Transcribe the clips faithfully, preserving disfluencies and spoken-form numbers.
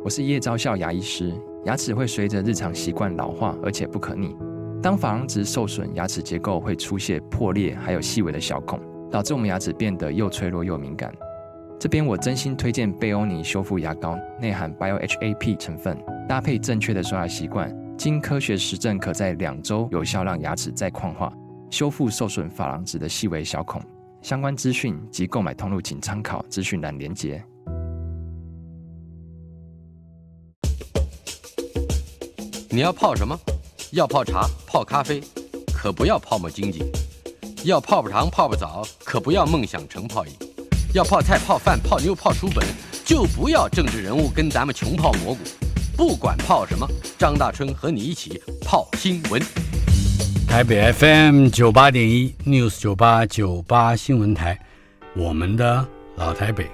我是叶昭孝牙医师。牙齿会随着日常习惯老化，而且不可逆。当珐琅质受损，牙齿结构会出现破裂，还有细微的小孔，导致我们牙齿变得又脆弱又敏感。这边我真心推荐贝欧尼修复牙膏，内含 B I O H A P 成分，搭配正确的刷牙习惯，经科学实证可在两周有效让牙齿再矿化，修复受损珐琅质的细微小孔。相关资讯及购买通路请参考资讯栏连结。 你要泡什么？要泡茶、泡咖啡，可不要泡沫经济；要泡泡糖、泡泡澡，可不要梦想成泡影；要泡菜、泡饭、泡妞、泡书本，就不要政治人物跟咱们穷泡蘑菇。不管泡什么，张大春和你一起泡新闻。 台北 F M 九八点一 News 九八九八新闻台，我们的老台北。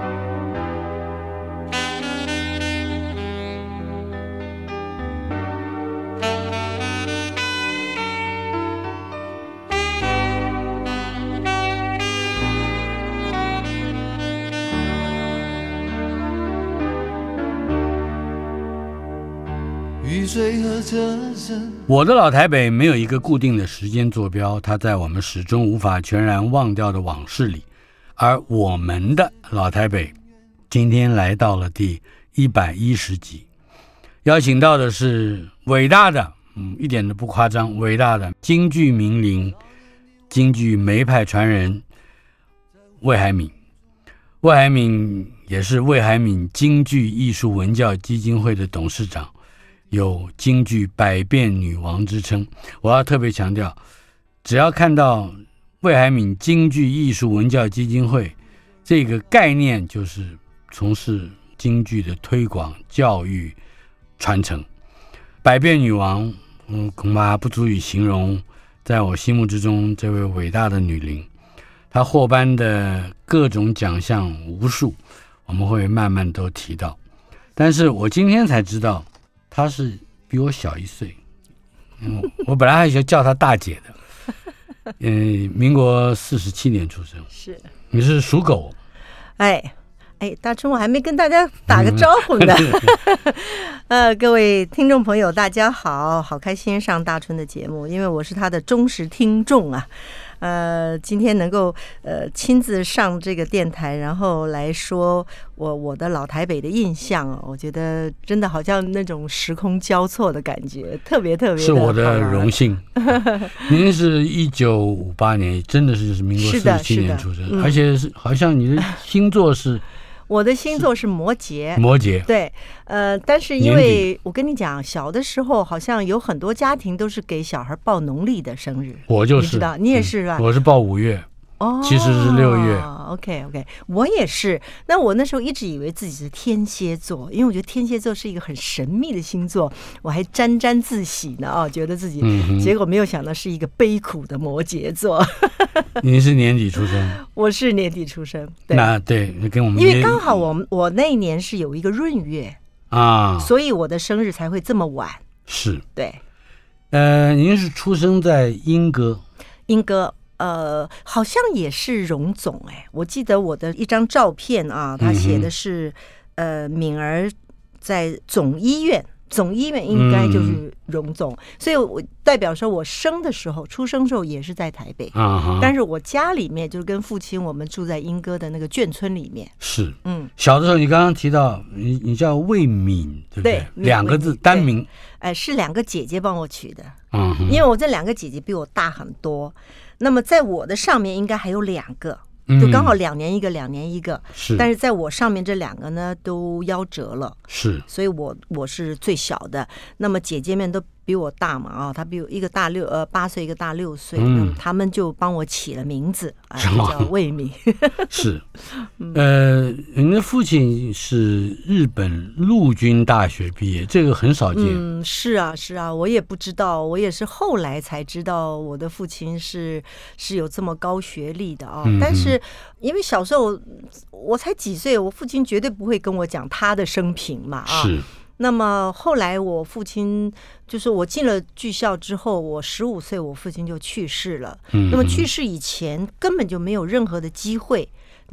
我的老台北没有一个固定的时间坐标，它在我们始终无法全然忘掉的往事里。而我们的老台北今天来到了第一百一十集，邀请到的是伟大的，嗯，一点都不夸张，伟大的京剧名伶、京剧梅派传人魏海敏。魏海敏也是魏海敏京剧艺术文教基金会的董事长，有京剧百变女王之称。我要特别强调，只要看到魏海敏京剧艺术文教基金会这个概念，就是从事京剧的推广、教育、传承。百变女王，嗯，恐怕不足以形容在我心目之中这位伟大的女伶。她获颁的各种奖项无数，我们会慢慢都提到。但是我今天才知道她是比我小一岁，嗯，我本来还想叫她大姐的。嗯，民国四十七年出生，是你是属狗， 哎哎，大春，我还没跟大家打个招呼呢。呃，各位听众朋友，大家好，好开心上大春的节目，因为我是他的忠实听众啊。呃，今天能够呃亲自上这个电台，然后来说我我的老台北的印象哦，我觉得真的好像那种时空交错的感觉，特别特别的是我的荣幸。您是一九五八年，真的是就是民国四十七年出生，嗯，而且是好像你的星座是。 我的星座是摩羯， 摩羯对，呃，但是因为我跟你讲，小的时候好像有很多家庭都是给小孩报农历的生日， 我就是， 你知道，你也是吧？ 嗯，我是报五月，哦，其实是六月。 OK OK， 我也是。那我那时候一直以为自己是天蝎座，因为我觉得天蝎座是一个很神秘的星座，我还沾沾自喜呢啊，觉得自己，嗯，结果没有想到是一个悲苦的摩羯座。 您是年底出生？ 我是年底出生。对， 那对，跟我们因为刚好我我那一年是有一个闰月啊，所以我的生日才会这么晚。 是， 对。 呃，您是出生在莺歌？ 莺歌。呃，好像也是荣总哎，我记得我的一张照片啊，他写的是、嗯、呃敏儿在总医院，总医院应该就是荣总、嗯，所以我代表说我生的时候，出生时候也是在台北啊，但是我家里面就是跟父亲我们住在莺歌的那个眷村里面。 是，嗯，小的时候你刚刚提到你你叫魏敏，对不对？对，两个字单名， 哎、呃，是两个姐姐帮我取的，嗯，因为我这两个姐姐比我大很多。那么在我的上面应该还有两个，就刚好两年一个，两年一个。是，但是在我上面这两个呢都夭折了，是，所以我我是最小的。那么姐姐们都比我大嘛啊，她比我一个大六呃八岁，一个大六岁，嗯，他们就帮我起了名字，啊、呃，叫魏敏。 是，呃，您的父亲是日本陆军大学毕业，这个很少见。 嗯，是啊，是啊，我也不知道，我也是后来才知道我的父亲是是有这么高学历的啊。嗯、但是因为小时候我才几岁，我父亲绝对不会跟我讲他的生平嘛啊。是。那么后来我父亲就是我进了剧校之后，我十五岁我父亲就去世了、嗯、那么去世以前根本就没有任何的机会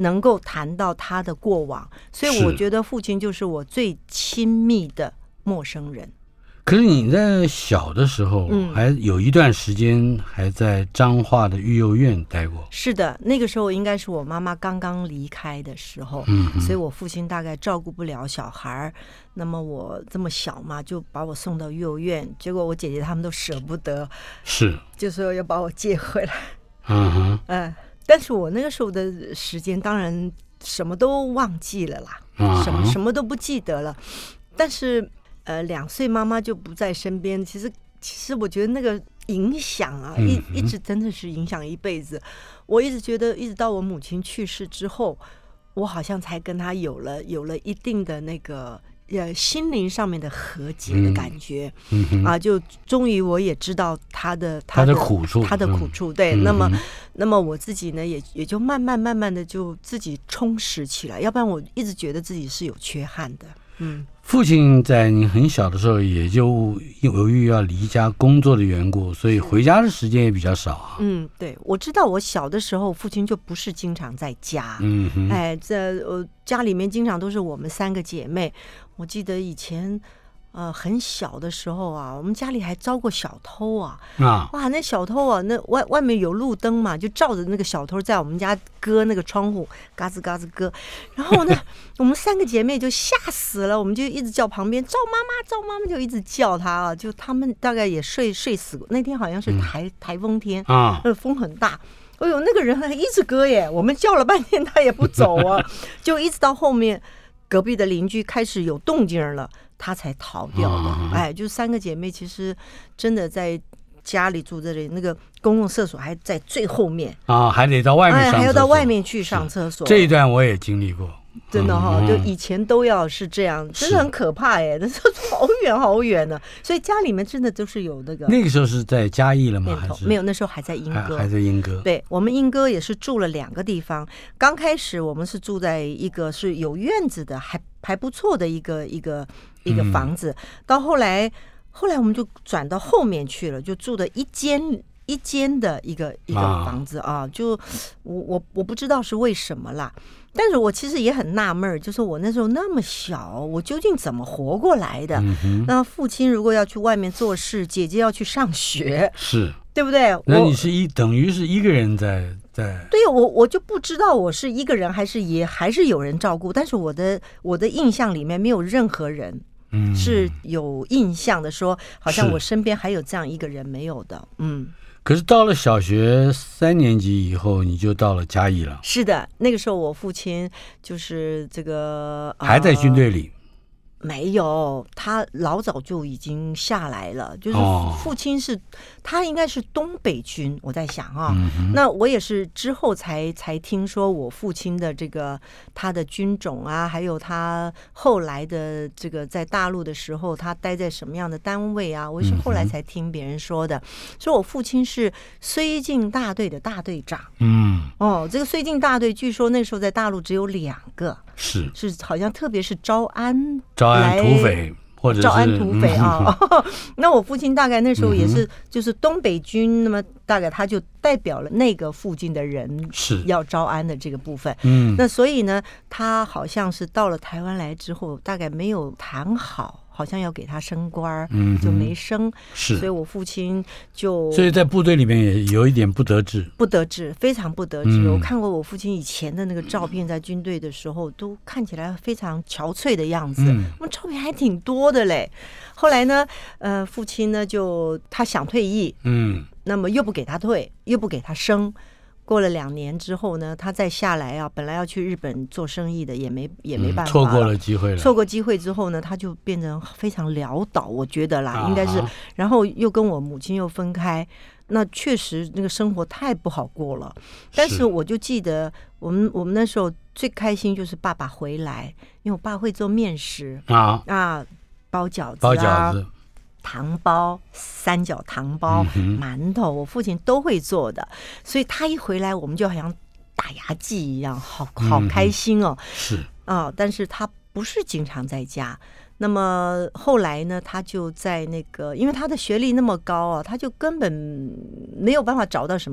能够谈到他的过往，所以我觉得父亲就是我最亲密的陌生人。 可是你在小的时候，嗯，还有一段时间还在彰化的育幼院待过。 是的，那个时候应该是我妈妈刚刚离开的时候，嗯，所以我父亲大概照顾不了小孩，那么我这么小嘛，就把我送到育幼院，结果我姐姐他们都舍不得， 是， 就说要把我接回来。 嗯哼， 呃，但是我那个时候的时间，当然什么都忘记了啦，嗯、什么什么都不记得了，但是。呃，两岁妈妈就不在身边，其实其实我觉得那个影响啊，一一直真的是影响一辈子。我一直觉得，一直到我母亲去世之后，我好像才跟她有了有了一定的那个呃心灵上面的和解的感觉，嗯嗯、啊，就终于我也知道她的她的苦处， 她的苦处。对，嗯、那么那么我自己呢，也也就慢慢慢慢的就自己充实起来，要不然我一直觉得自己是有缺憾的。嗯， 父亲在你很小的时候，也就由于要离家工作的缘故，所以回家的时间也比较少啊。 嗯，对，我知道我小的时候，父亲就不是经常在家。嗯哼，哎，这呃家里面经常都是我们三个姐妹。我记得以前。呃，很小的时候啊，我们家里还遭过小偷啊！啊，哇，那小偷啊，那外外面有路灯嘛，就照着那个小偷在我们家割那个窗户，嘎吱嘎吱割。然后呢，我们三个姐妹就吓死了，我们就一直叫旁边赵妈妈，赵妈妈就一直叫她啊，就他们大概也睡睡死过。那天好像是台、嗯、台风天啊，那风很大。哎呦，那个人还一直割耶，我们叫了半天他也不走啊，就一直到后面隔壁的邻居开始有动静了。他才逃掉的，哦、哎，就三个姐妹，其实真的在家里住这里，那个公共厕所还在最后面啊、哦，还得到外面上厕所， 哎，还要到外面去上厕所。 这一段我也经历过， 真的哈、哦，嗯、就以前都要是这样，真的很可怕哎，那时候好远好远呢。所以家里面真的都是有那个。 那个时候是在嘉义了吗？还是没有，那时候还在莺歌， 还在莺歌。 对，我们莺歌也是住了两个地方。刚开始我们是住在一个是有院子的，还还不错的一个一个。一个房子，到后来，后来我们就转到后面去了，就住的一间一间的一个一个房子啊。就我我我不知道是为什么啦，但是我其实也很纳闷，就是我那时候那么小，我究竟怎么活过来的？嗯、那父亲如果要去外面做事，姐姐要去上学， 是对不对？ 那你是一等于是一个人在在？ 对，我我就不知道我是一个人还是也还是有人照顾，但是我的我的印象里面没有任何人。嗯，是有印象的说，好像我身边还有这样一个人没有的，嗯。 可是到了小学三年级以后，你就到了嘉义了。 是的，那个时候我父亲就是这个还在军队里。 呃没有，他老早就已经下来了。就是父亲是，哦、他应该是东北军。我在想啊，嗯、那我也是之后才才听说我父亲的这个他的军种啊，还有他后来的这个在大陆的时候，他待在什么样的单位啊？我是后来才听别人说的。嗯、说我父亲是绥靖大队的大队长。嗯，哦，这个绥靖大队据说那时候在大陆只有两个。 是是，好像特别是招安招安土匪，或者是招安土匪啊。嗯、那我父亲大概那时候也是，就是东北军，嗯、那么大概他就代表了那个附近的人是要招安的这个部分。嗯，那所以呢，他好像是到了台湾来之后，大概没有谈好。好像要给他升官，嗯，就没升， 是， 所以我父亲就， 所以在部队里面也有一点不得志， 不得志，非常不得志。嗯、我看过我父亲以前的那个照片，在军队的时候都看起来非常憔悴的样子，嗯、我们照片还挺多的嘞。后来呢，呃，父亲呢就他想退役，嗯，那么又不给他退，又不给他升。过了两年之后呢，他再下来啊，本来要去日本做生意的，也没也没办法了， 错过了机会了。 错过机会之后呢，他就变成非常潦倒，我觉得啦，啊、应该是。然后又跟我母亲又分开，那确实那个生活太不好过了。但是我就记得，我们我们那时候最开心就是爸爸回来，因为我爸会做面食啊啊，包饺子、啊， 包饺子。 糖包、三角糖包、嗯、馒头，我父亲都会做的，所以他一回来，我们就好像打牙祭一样，好好开心哦。 嗯、是啊、哦，但是他不是经常在家。那么后来呢，他就在那个，因为他的学历那么高啊，他就根本没有办法找到什么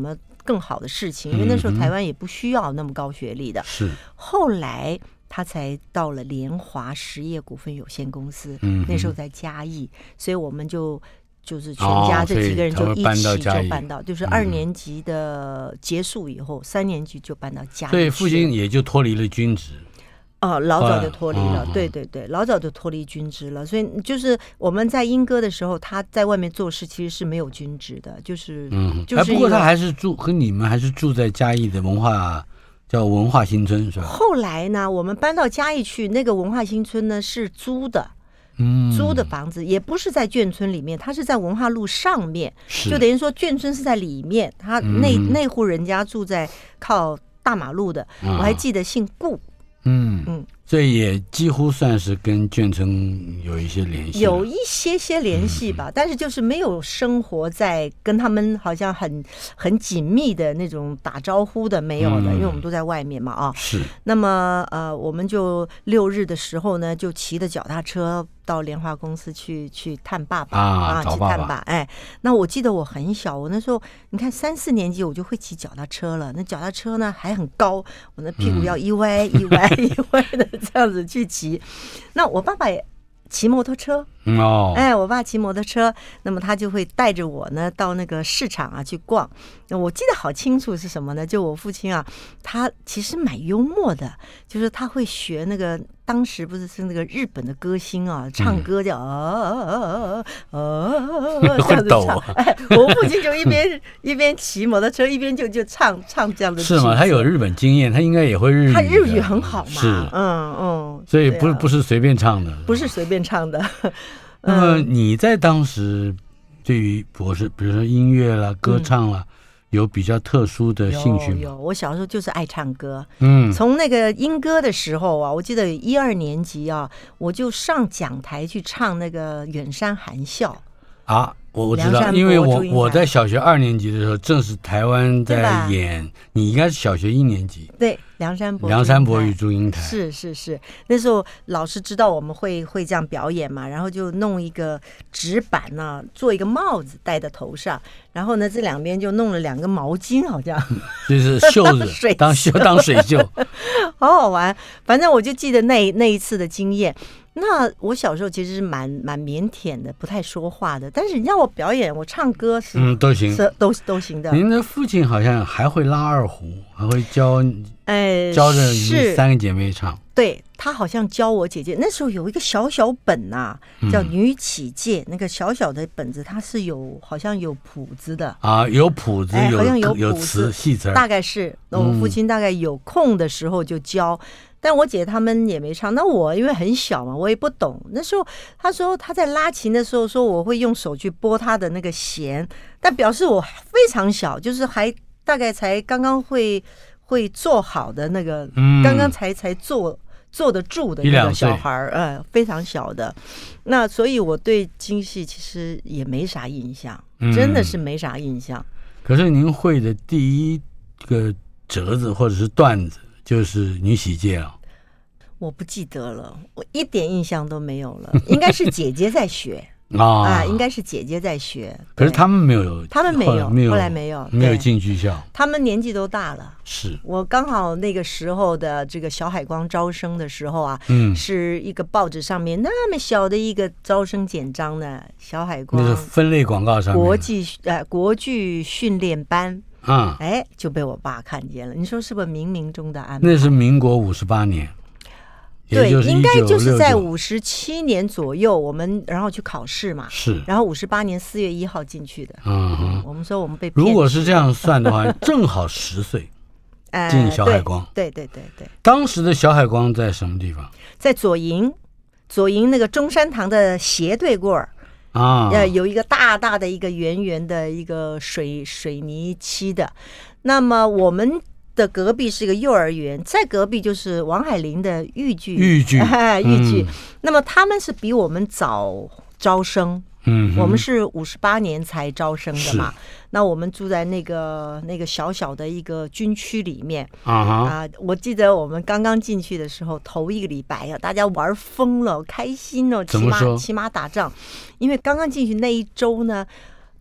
更好的事情，因为那时候台湾也不需要那么高学历的。 是后来他才到了联华实业股份有限公司， 嗯， 那时候在嘉义，所以我们就就是全家这几个人就一起就搬到，就是二年级的结束以后，三年级就搬到嘉义， 所以父亲也就脱离了军职。 哦，老早就脱离了，对对对，老早就脱离军职了。所以就是我们在英歌的时候，他在外面做事其实是没有军职的，就是嗯，就是。 不过他还是住和你们还是住在嘉义的文化。叫文化新村是吧？ 后来呢，我们搬到嘉义去，那个文化新村呢是租的， 嗯， 租的房子，也不是在眷村里面，它是在文化路上面，就等于说眷村是在里面，他那、嗯、那户人家住在靠大马路的，啊、我还记得姓顾， 嗯嗯。所以也几乎算是跟眷村有一些联系， 有一些些联系吧，嗯、但是就是没有生活在跟他们好像很很紧密的那种打招呼的没有的，嗯、因为我们都在外面嘛啊。 是。 那么呃，我们就六日的时候呢，就骑着脚踏车到联华公司去去探爸爸啊， 去探爸。哎，那我记得我很小，我那时候你看三四年级我就会骑脚踏车了，那脚踏车呢还很高，我那屁股要一歪、嗯、一歪一歪的。这样子去骑，那我爸爸也骑摩托车， 哦， 哎，我爸骑摩托车，那么他就会带着我呢到那个市场啊去逛。那我记得好清楚是什么呢？就我父亲啊，他其实蛮幽默的，就是他会学那个当时不是是那个日本的歌星啊，唱歌叫啊啊啊，这样子唱。哎，我父亲就一边一边骑摩托车，一边就就唱唱这样的。 是吗？他有日本经验，他应该也会日语。 他日语很好嘛， 是， 嗯嗯， 所以不是、啊、不是随便唱的， 不是随便唱的。 那么你在当时对于博士，比如说音乐啦、歌唱啦。嗯，有比较特殊的兴趣吗？ 有，有，我小时候就是爱唱歌。 嗯， 从那个英歌的时候啊，我记得一二年级啊，我就上讲台去唱那个《远山含笑》 啊。我我知道，因为我我在小学二年级的时候，正是台湾在演，你应该是小学一年级。 对，梁山伯梁山伯与祝英台。 是是是，那时候老师知道我们会会这样表演嘛，然后就弄一个纸板呢、啊，做一个帽子戴在头上，然后呢这两边就弄了两个毛巾，好像就是袖子当袖当水袖， 好好玩。反正我就记得那那一次的经验。那我小时候其实是蛮蛮腼腆的，不太说话的。但是你让我表演，我唱歌是嗯都行， 是都都行的。 您的父亲好像还会拉二胡，还会教哎教着你三个姐妹唱。 对，他好像教我姐姐。那时候有一个小小本呐、啊，叫《女起介》，嗯，那个小小的本子，它是有好像有谱子的啊，有谱子， 哎、好像有有词细词， 大概是。那我父亲大概有空的时候就教。嗯，但我姐他们也没唱，那我因为很小嘛，我也不懂。那时候他说他在拉琴的时候说我会用手去拨他的那个弦，但表示我非常小，就是还大概才刚刚会会做好的那个，嗯、刚刚才才坐坐得住的那个小孩儿，呃，非常小的。那所以我对京戏其实也没啥印象，真的是没啥印象。嗯， 可是您会的第一个折子或者是段子就是女喜介了。 我不记得了，我一点印象都没有了。应该是姐姐在学啊， 啊，应该是姐姐在学。 可是他们没有， 他们没有， 没有， 后来没有， 没有进剧校。 他们年纪都大了。 是我刚好那个时候的这个小海光招生的时候啊， 嗯， 是一个报纸上面那么小的一个招生简章呢，小海光那是分类广告上面国际呃国剧训练班。 啊， 哎，就被我爸看见了。你说是不是冥冥中的安排？ 那是民国五十八年， 对，应该就是在五十七年左右，我们然后去考试嘛， 是， 然后五十八年四月一号进去的。 嗯哼， 我们说我们被骗， 如果是这样算的话，正好十岁进小海光。 对对对对。 当时的小海光在什么地方？ 在左营，左营那个中山堂的斜对过儿。 啊， 呃，有一个大大的一个圆圆的一个水水泥漆的，那么我们的隔壁是一个幼儿园，在隔壁就是王海玲的豫剧， 豫剧， 豫剧。那么他们是比我们早招生， 嗯， 我们是五十八年才招生的嘛。那我们住在那个那个小小的一个军区里面啊啊！我记得我们刚刚进去的时候，头一个礼拜啊，大家玩疯了，开心哦，骑马骑马打仗。因为刚刚进去那一周呢，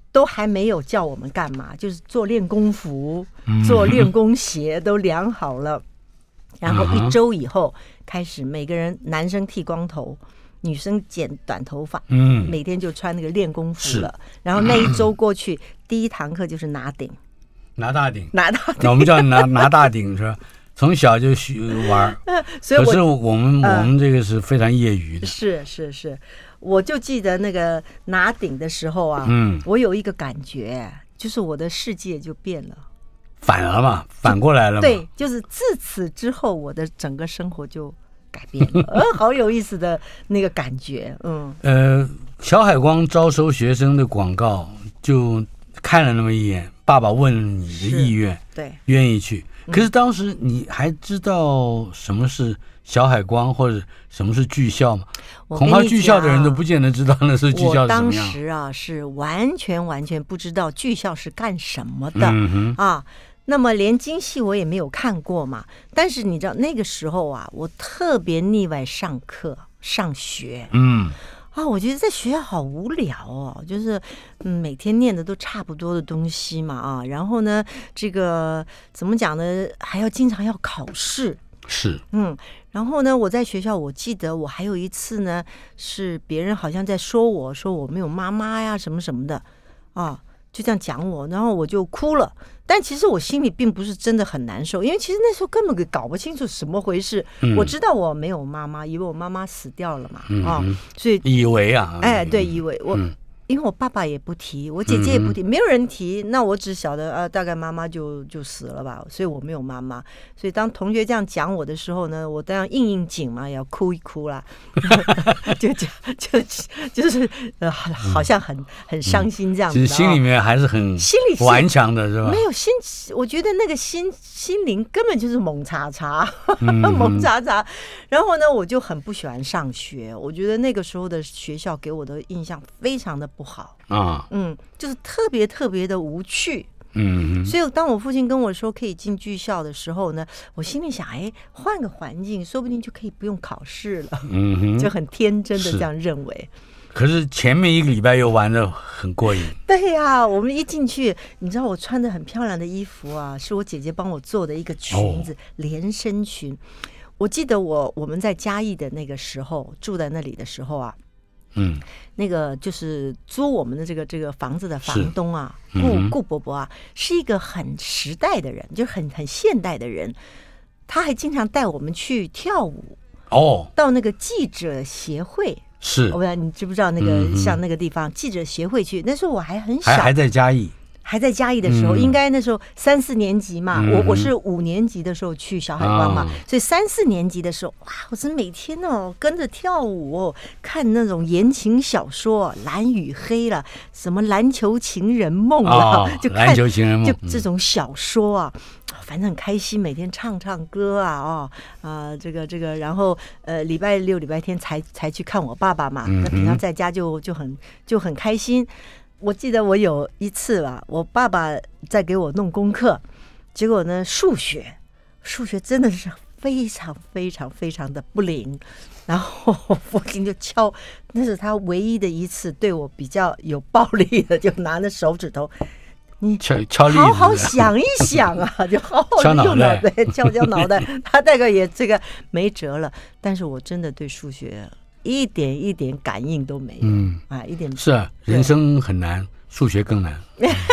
都还没有叫我们干嘛，就是做练功服、做练功鞋都量好了，然后一周以后开始，每个人男生剃光头，女生剪短头发，嗯，每天就穿那个练功服了。然后那一周过去，第一堂课就是拿顶， 拿大顶， 拿大顶， 我们叫拿拿大顶是吧？从小就玩，所以可是我们、呃、我们这个是非常业余的。 是是是，我就记得那个拿顶的时候啊，嗯，我有一个感觉，就是我的世界就变了， 反了嘛，反过来了嘛。 对，就是自此之后，我的整个生活就改变了，呃，好有意思的那个感觉，嗯。 呃，小海光招收学生的广告就看了那么一眼，爸爸问你的意愿， 对， 愿意去。可是当时你还知道什么是小海光或者什么是剧校吗？恐怕剧校的人都不见得知道那是剧校是什么样。 我当时啊是完全完全不知道剧校是干什么的、嗯、啊。那么连京戏我也没有看过嘛。但是你知道那个时候啊，我特别腻歪上课上学。嗯。啊，我觉得在学校好无聊哦，就是嗯，每天念的都差不多的东西嘛啊，然后呢，这个怎么讲呢？还要经常要考试， 是嗯，然后呢，我在学校，我记得我还有一次呢，是别人好像在说我说我没有妈妈呀什么什么的啊，就这样讲我，然后我就哭了。但其实我心里并不是真的很难受，因为其实那时候根本搞不清楚什么回事。嗯、我知道我没有妈妈，以为我妈妈死掉了嘛，嗯、啊，所以以为啊， 哎，对，以为我。嗯，因为我爸爸也不提，我姐姐也不提，嗯、没有人提，那我只晓得呃，大概妈妈就就死了吧，所以我没有妈妈。所以当同学这样讲我的时候呢，我当然应应景嘛，也要哭一哭啦，就就就就是呃，好像很很伤心这样子。 其实心里面还是很心里顽强的是吧？ 没有心，我觉得那个心心灵根本就是猛查查，猛查查。然后呢，我就很不喜欢上学，我觉得那个时候的学校给我的印象非常的不好啊，嗯，就是特别特别的无趣，嗯，所以当我父亲跟我说可以进剧校的时候呢，我心里想，哎，换个环境，说不定就可以不用考试了，嗯，就很天真的这样认为。 可是前面一个礼拜又玩得很过瘾。 对呀、啊，我们一进去，你知道我穿的很漂亮的衣服啊，是我姐姐帮我做的一个裙子，哦、连身裙。我记得我我们在嘉义的那个时候，住在那里的时候啊。嗯，那个就是租我们的这个这个房子的房东啊，顾、嗯、顾伯伯啊，是一个很时代的人，就是很很现代的人。他还经常带我们去跳舞哦，到那个记者协会。 是， 我不知道你知不知道那个、嗯、像那个地方记者协会去，那时候我还很小， 还还在嘉义。 还在嘉义的时候、嗯、应该那时候三四年级嘛、嗯、我我是五年级的时候去小海光嘛、哦、所以三四年级的时候哇，我是每天哦跟着跳舞哦，看那种言情小说蓝与黑了，什么篮球情人梦了、哦、就看篮球情人梦就这种小说啊、嗯、反正很开心，每天唱唱歌啊哦啊、呃、这个这个然后呃礼拜六礼拜天才才去看我爸爸嘛，那、嗯、平常在家就就很就很开心。我记得我有一次吧，我爸爸在给我弄功课，结果呢，数学，数学真的是非常非常非常的不灵，然后我父亲就敲，那是他唯一的一次对我比较有暴力的，就拿着手指头，你敲敲好好想一想啊，就好好用脑袋敲敲脑袋，他大概也这个没辙了，但是我真的对数学一点一点感应都没有，嗯啊，一点是啊，人生很难，数学更难。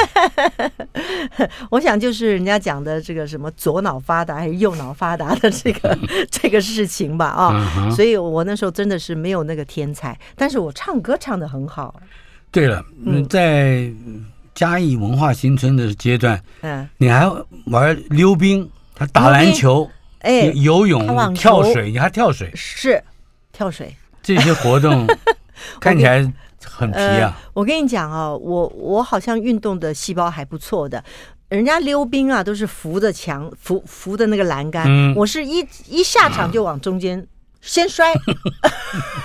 我想就是人家讲的这个什么左脑发达还是右脑发达的这个这个事情吧啊、嗯，所以我那时候真的是没有那个天才，但是我唱歌唱得很好。 对了，嗯，在嘉义文化新村的阶段，嗯，你还玩溜冰，他打篮球，哎，游泳、跳水，你还跳水？ 是跳水。 这些活动看起来很皮啊、呃！ 我跟你讲啊，我我好像运动的细胞还不错的。人家溜冰啊，都是扶着墙、扶扶的那个栏杆，嗯、我是一一下场就往中间先摔，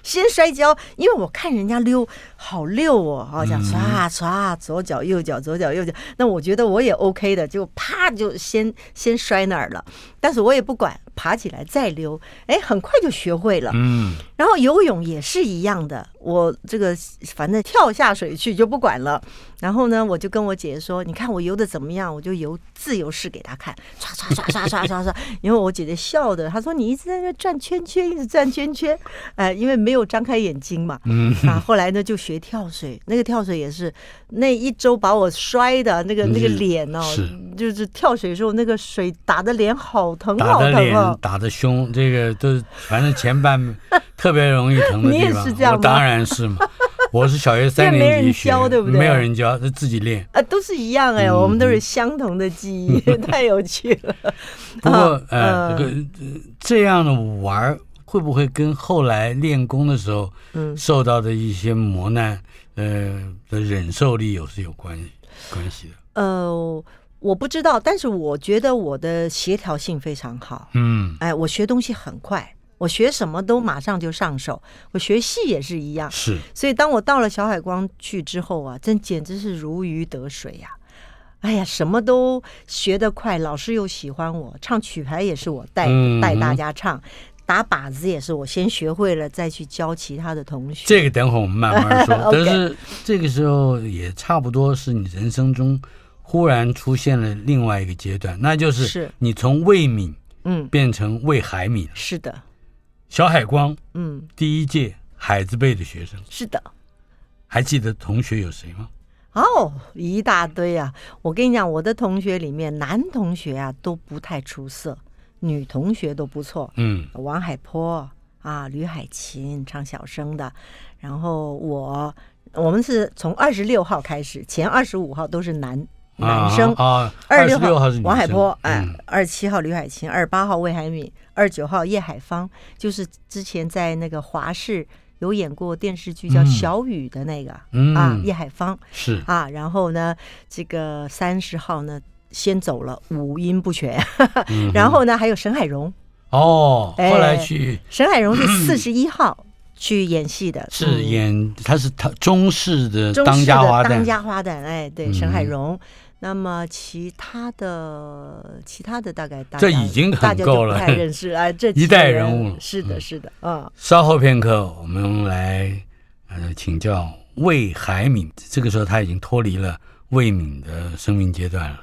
先摔跤，因为我看人家溜好溜哦，好像唰唰，左脚右脚，左脚右脚，那我觉得我也 OK 的，就啪就先先摔那儿了，但是我也不管，爬起来再溜，哎，很快就学会了。 嗯， 然后游泳也是一样的，我这个反正跳下水去就不管了。然后呢，我就跟我姐姐说：“你看我游的怎么样？”我就游自由式给她看，唰唰唰唰唰唰唰。因为我姐姐笑的，她说：“你一直在那转圈圈，一直转圈圈。”呃，因为没有张开眼睛嘛。嗯。啊，后来呢就学跳水，那个跳水也是那一周把我摔的那个那个脸哦，就是跳水的时候那个水打的脸好疼好疼哦， 打的脸打的胸，这个都反正前半特别容易疼的地方。 你也是这样吗？ 我当然是嘛。我是小学三年级学， 没人教，对不对？ 没有人教，是自己练啊，都是一样哎、欸嗯，我们都是相同的记忆，太有趣了。 不过，呃，这个这样的玩会不会跟后来练功的时候，嗯，受到的一些磨难，呃的忍受力有是有关系关系的？ 呃，我不知道，但是我觉得我的协调性非常好。嗯，哎，我学东西很快。我学什么都马上就上手，我学戏也是一样， 是。 所以当我到了小海光去之后啊，真简直是如鱼得水呀、啊！哎呀，什么都学得快，老师又喜欢我，唱曲牌也是我带带大家唱，打靶子也是我先学会了，再去教其他的同学。 这个等会我们慢慢说。但是这个时候也差不多是你人生中忽然出现了另外一个阶段，那就是你从魏敏嗯变成魏海敏。 是的。 小海光，嗯，第一届海字辈的学生， 是的， 还记得同学有谁吗？ 哦，一大堆啊！我跟你讲，我的同学里面，男同学啊都不太出色，女同学都不错。嗯，王海波啊，吕海琴唱小生的，然后我我们是从二十六号开始，前二十五号都是男。男生啊， 二十六号是王海波，哎，二十七号吕海琴，二十八号魏海敏，二十九号叶海芳，就是之前在那个华视有演过电视剧叫《小雨》的那个、嗯、啊，叶海芳是啊，然后呢，这个三十号呢先走了，五音不全，嗯、然后呢还有沈海荣哦，后来去、 哎、沈海荣是四十一号。去演戏的是演、嗯、他是他中式的当家花旦， 当家花旦，哎，对，沈海荣。嗯、那么其他的其他的大概大这已经很够了， 大家就不太认识哎，这一代人物是的，是的，嗯。 稍后片刻，我们来呃请教魏海敏。这个时候他已经脱离了魏敏的生命阶段了。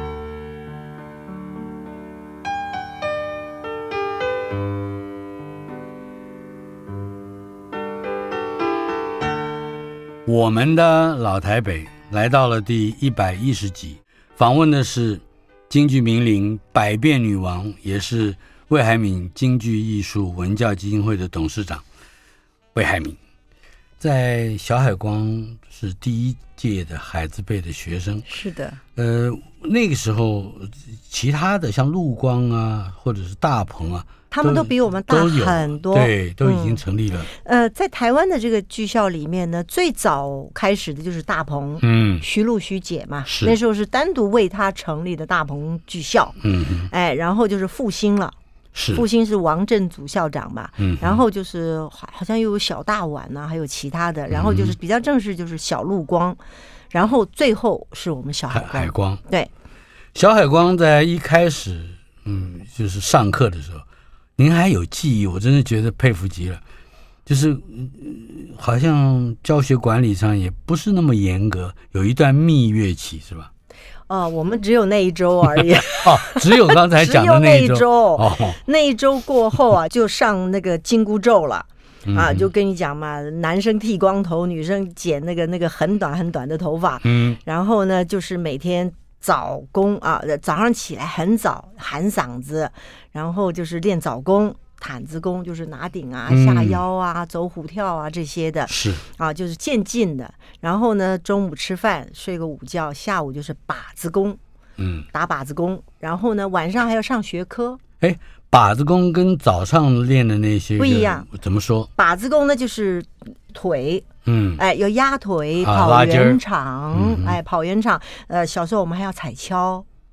我们的老台北来到了第一百一十集，访问的是京剧名伶、百变女王，也是魏海敏京剧艺术文教基金会的董事长魏海敏。在小海光是第一届的海字辈的学生， 是的。 呃，那个时候其他的像陆光啊，或者是大鹏啊， 他们都比我们大很多， 对，都已经成立了。 嗯、呃，在台湾的这个剧校里面呢，最早开始的就是大鹏，嗯，徐璐徐姐嘛，那时候是单独为他成立的大鹏剧校，嗯，哎，然后就是复兴了。 是复兴是王振祖校长嘛，嗯，然后就是好像又有小大碗呐、啊，还有其他的，然后就是比较正式就是小陆光，然后最后是我们小海光。 海光对， 小海光在一开始，嗯，就是上课的时候，您还有记忆，我真的觉得佩服极了。就是、嗯、好像教学管理上也不是那么严格，有一段蜜月期是吧？ 哦，我们只有那一周而已。 哦，只有刚才讲的那一周。 只有那一周。哦，那一周过后啊，就上那个紧箍咒了。啊，就跟你讲嘛，男生剃光头，女生剪那个那个很短很短的头发。嗯。然后呢，就是每天早功啊，早上起来很早喊嗓子，然后就是练早功。毯子功就是拿顶啊、下腰啊、走虎跳啊这些的， 是啊，就是渐进的。然后呢，中午吃饭睡个午觉，下午就是靶子功，嗯，打靶子功。然后呢，晚上还要上学科。 哎，靶子功跟早上练的那些不一样， 怎么说？ 靶子功呢，就是腿，嗯，哎，要压腿、 啊、 跑圆场，嗯、哎，跑圆场。呃，小时候我们还要踩跷。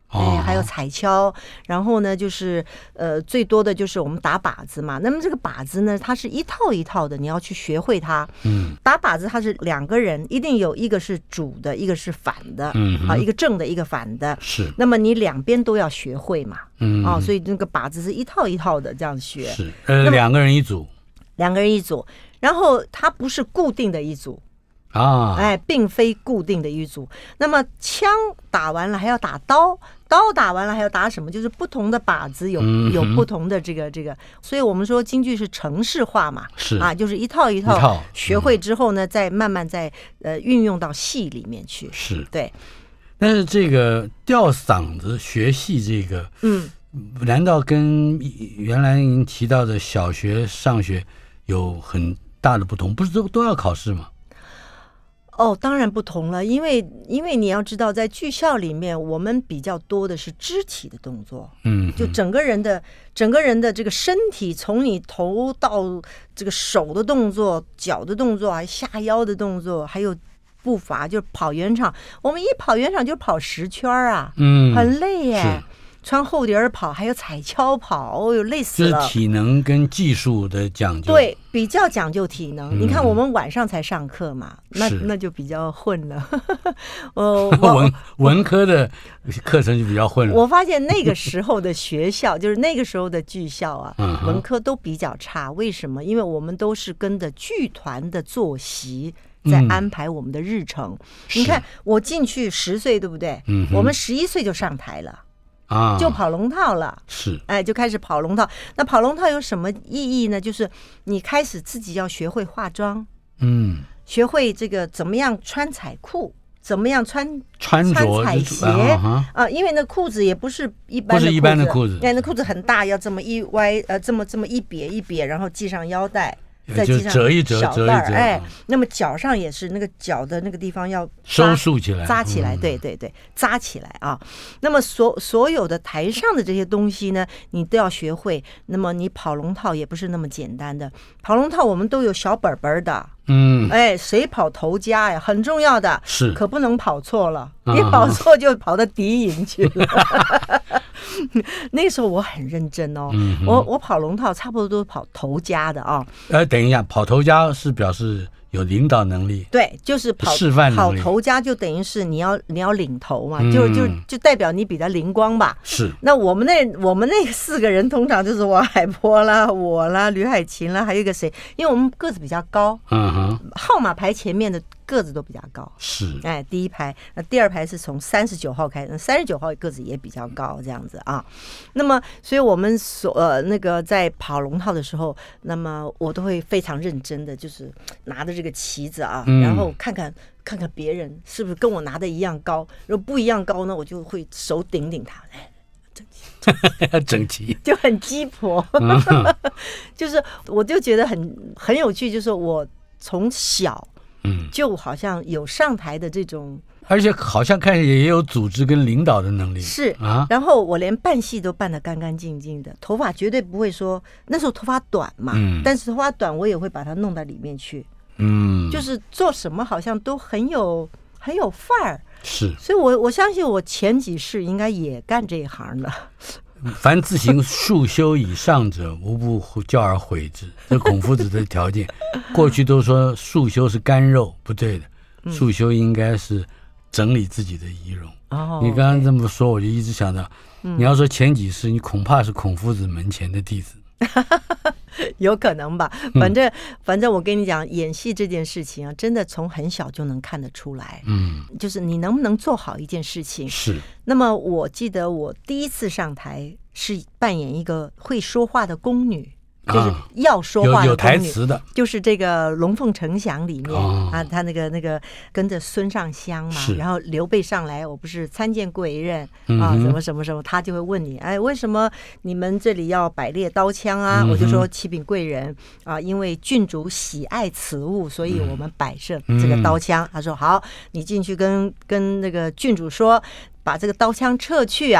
哎，还有踩跷，然后呢，就是呃，最多的就是我们打靶子嘛。那么这个靶子呢，它是一套一套的，你要去学会它。嗯，打靶子它是两个人，一定有一个是主的，一个是反的，嗯啊，一个正的，一个反的。 是。 那么你两边都要学会嘛。嗯啊，所以那个靶子是一套一套的这样学。 是，呃，两个人一组。 两个人一组，然后它不是固定的一组。 啊， 哎，并非固定的一组。那么枪打完了还要打刀，刀打完了还要打什么？就是不同的靶子有、嗯、有不同的这个这个，所以我们说京剧是程式化嘛， 是啊，就是一套一套， 一套学会之后呢，嗯、再慢慢再呃运用到戏里面去。 是， 对。 但是这个吊嗓子学戏这个， 嗯， 难道跟原来您提到的小学上学有很大的不同？不是都都要考试吗？ 哦，当然不同了，因为因为你要知道，在剧校里面，我们比较多的是肢体的动作， 嗯， 就整个人的整个人的这个身体，从你头到这个手的动作、脚的动作，还下腰的动作，还有步伐，就是跑圆场。我们一跑圆场就跑十圈啊， 嗯， 很累耶。穿厚底儿跑，还有踩跷跑，哦哟，累死了。 就是体能跟技术的讲究， 对，比较讲究体能。嗯、你看，我们晚上才上课嘛，那那就比较混了。呃， 文文科的课程就比较混了。 我发现那个时候的学校，就是那个时候的剧校啊， 嗯、 文科都比较差。为什么？因为我们都是跟着剧团的作息在安排我们的日程。嗯、你看，我进去十岁，对不对？ 嗯， 我们十一岁就上台了。 啊， 就跑龙套了， 是， 哎，就开始跑龙套。那跑龙套有什么意义呢？就是你开始自己要学会化妆， 嗯， 学会这个怎么样穿彩裤，怎么样穿穿着彩鞋啊、 呃，因为那裤子也不是一般的裤子， 不是一般的裤子， 哎，那裤子很大，要这么一歪，呃，这么这么一瘪一瘪，然后系上腰带。再系上折一折， 小带儿，哎，那么脚上也是那个脚的那个地方要收束起来， 扎起来，对对对，扎起来啊。那么所所有的台上的这些东西呢，你都要学会。那么你跑龙套也不是那么简单的，跑龙套我们都有小本本的， 嗯， 哎，谁跑头家呀，很重要的， 是， 可不能跑错了，你跑错就跑到敌营去了。那个时候我很认真哦， 嗯、 我我跑龙套差不多都是跑头家的啊。 呃，等一下，跑头家是表示有领导能力， 对，就是跑示范能力。 跑头家就等于是你要你要领头嘛，嗯、就就就代表你比较灵光吧。 是。 那我们那我们那四个人通常就是王海波啦、我啦、吕海琴啦，还有一个谁？因为我们个子比较高， 嗯哼， 号码排前面的个子都比较高。 是。 哎，第一排，那第二排是从三十九号开始，三十九号个子也比较高，这样子啊。那么，所以我们所呃那个在跑龙套的时候，那么我都会非常认真的，就是拿着这个旗子啊， 嗯、 然后看看看看别人是不是跟我拿的一样高，如果不一样高呢，我就会手顶顶他，哎，整齐， 整齐， 就很鸡婆，就是我就觉得很很有趣，就是我从小嗯就好像有上台的这种。 而且好像看也有组织跟领导的能力， 是啊。 然后我连扮戏都扮得干干净净的，头发绝对不会说那时候头发短嘛， 嗯、 但是头发短我也会把它弄到里面去， 嗯， 就是做什么好像都很有很有范儿， 是。 所以我我相信我前几世应该也干这一行的。 凡自行数修以上者，无不教而毁之。这孔夫子的条件，过去都说数修是干肉，不对的，数修应该是整理自己的仪容。 哦， 你刚刚这么说，我就一直想到，嗯、你要说前几世，你恐怕是孔夫子门前的弟子。 有可能吧，反正、嗯、反正我跟你讲，演戏这件事情啊，真的从很小就能看得出来。 嗯， 就是你能不能做好一件事情。 是。 那么我记得我第一次上台是扮演一个会说话的宫女。就是要说话的、 啊、有, 有台词的， 就是这个《龙凤呈祥》里面、 哦、 啊，他那个那个跟着孙尚香嘛，然后刘备上来，我不是参见贵人、嗯、啊，什么什么什么，他就会问你，哎，为什么你们这里要摆列刀枪啊？嗯、我就说启禀贵人啊，因为郡主喜爱此物，所以我们摆设这个刀枪。嗯、他说好，你进去跟跟那个郡主说，把这个刀枪撤去啊。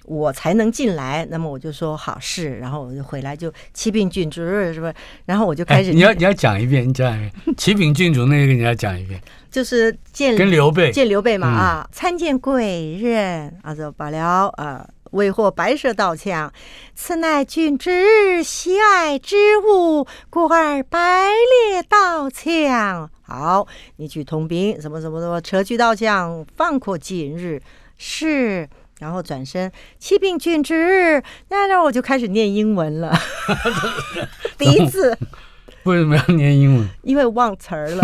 我才能进来。那么我就说好是，然后我就回来就启禀郡主，是不是？然后我就开始、 哎、你要你要讲一遍，你讲一遍。启禀郡主那个你要讲一遍， 就是见跟刘备见刘备嘛、 嗯、 啊，参见贵人啊，就罢了啊。为获白蛇道枪，此乃君之喜爱之物，故而百列道枪。好，你去通兵，什么什么什么，撤去道枪，放阔今日。是，然后转身，启禀君之，那然后我就开始念英文了，第一次。 为什么要念英文？ 因为忘词儿了。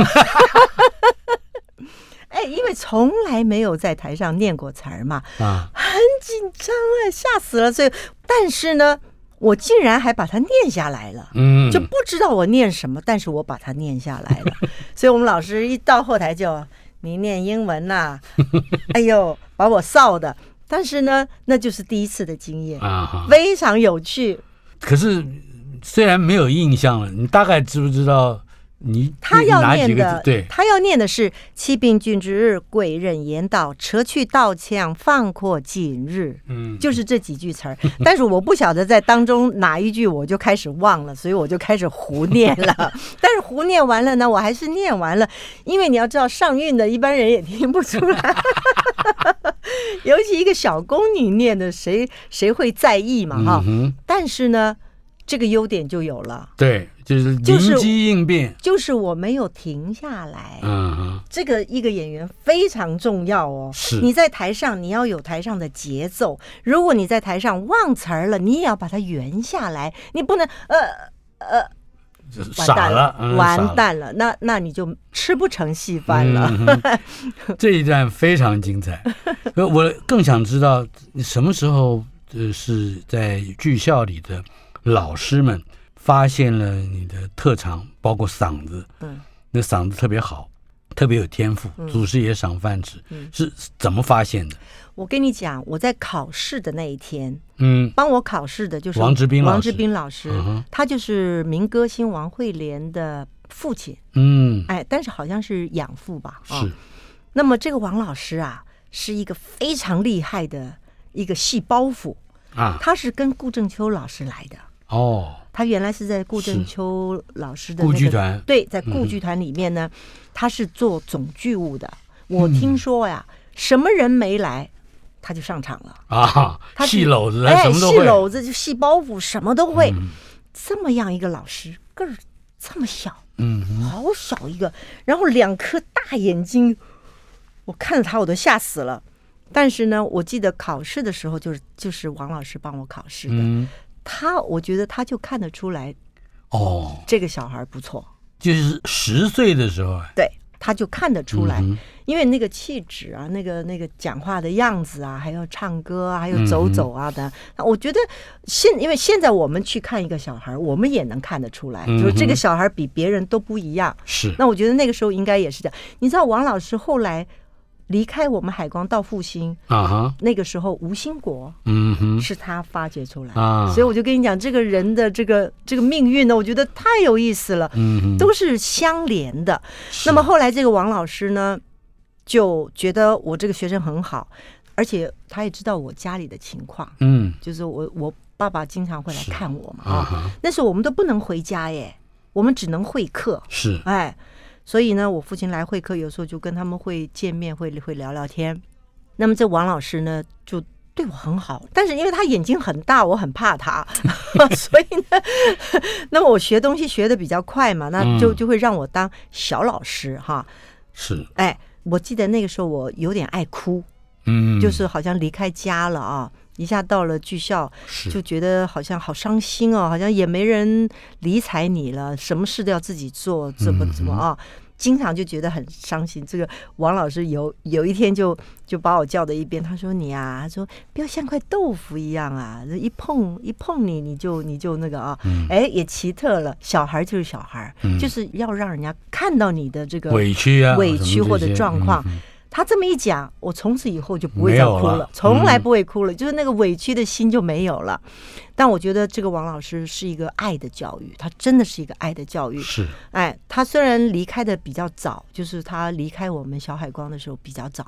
哎，因为从来没有在台上念过词儿嘛，啊，很紧张哎，吓死了。所以，但是呢，我竟然还把它念下来了，嗯，就不知道我念什么，但是我把它念下来了。所以我们老师一到后台就，你念英文呐、啊，哎呦，把我臊的。但是呢，那就是第一次的经验啊，非常有趣。 可是虽然没有印象了，你大概知不知道？你他要念的， 对， 他要念的是启禀君之日，贵人言道，撤去道枪，放阔今日。嗯，就是这几句词儿。但是我不晓得在当中哪一句我就开始忘了，所以我就开始胡念了。但是胡念完了呢，我还是念完了，因为你要知道上韵的一般人也听不出来，尤其一个小宫女念的，谁谁会在意嘛哈、嗯？但是呢，这个优点就有了， 对。就是灵机应变、就是， 就是我没有停下来。 嗯， 这个一个演员非常重要哦。 是你在台上，你要有台上的节奏。如果你在台上忘词儿了，你也要把它圆下来。你不能呃呃， 傻了， 完蛋了，嗯、完蛋了，那那你就吃不成戏饭了。 嗯、这一段非常精彩。我更想知道什么时候呃是在剧校里的老师们发现了你的特长，包括嗓子，嗯，那嗓子特别好，特别有天赋，嗯、祖师爷赏饭吃，嗯，是怎么发现的？ 我跟你讲，我在考试的那一天， 嗯， 帮我考试的就是王志斌老师， 王志斌老师，嗯、他就是民歌星王慧莲的父亲， 嗯， 哎，但是好像是养父吧， 是。 哦、那么这个王老师啊，是一个非常厉害的一个戏包袱啊，他是跟顾正秋老师来的哦。 他原来是在顾正秋老师的、那个、 顾剧团， 对，在顾剧团里面呢，嗯、他是做总剧务的。我听说呀，嗯、什么人没来，他就上场了啊！他戏篓子， 哎， 什么都会， 戏篓子就戏包袱，什么都会。嗯、这么样一个老师，个儿这么小， 嗯， 好小一个，然后两颗大眼睛，我看着他我都吓死了。但是呢，我记得考试的时候，就是就是王老师帮我考试的。嗯，他我觉得他就看得出来， 哦， 这个小孩不错， 就是十岁的时候， 对，他就看得出来，嗯、因为那个气质啊，那个那个讲话的样子啊，还有唱歌啊，还有走走啊的，嗯、我觉得现因为现在我们去看一个小孩，我们也能看得出来，嗯、就是这个小孩比别人都不一样。 是， 那我觉得那个时候应该也是这样。你知道王老师后来离开我们海光到复兴啊哈， 那个时候吴兴国， 嗯哼， 是他发掘出来啊， 所以我就跟你讲，这个人的这个这个命运呢，我觉得太有意思了， 嗯， 都是相连的。那么后来这个王老师呢，就觉得我这个学生很好，而且他也知道我家里的情况， 嗯， 就是我我爸爸经常会来看我嘛，啊，那时候我们都不能回家耶，我们只能会客， 是， 哎。所以呢，我父亲来会客，有时候就跟他们会见面，会会聊聊天。那么这王老师呢，就对我很好，但是因为他眼睛很大，我很怕他，所以呢，那么我学东西学的比较快嘛，那就就会让我当小老师哈。 是， 哎，我记得那个时候我有点爱哭， 嗯， 就是好像离开家了啊。一下到了剧校，就觉得好像好伤心哦，好像也没人理睬你了，什么事都要自己做，怎么怎么啊，经常就觉得很伤心。这个王老师有有一天就就把我叫到一边，他说你啊，他说不要像块豆腐一样啊，一碰一碰你你就你就那个啊，哎、嗯、也奇特了，小孩就是小孩，嗯、就是要让人家看到你的这个委屈啊委屈或者状况。嗯嗯他这么一讲，我从此以后就不会再哭了，了从来不会哭了、嗯、就是那个委屈的心就没有了。但我觉得这个王老师是一个爱的教育，他真的是一个爱的教育。 是， 哎，他虽然离开的比较早，就是他离开我们小海光的时候比较早，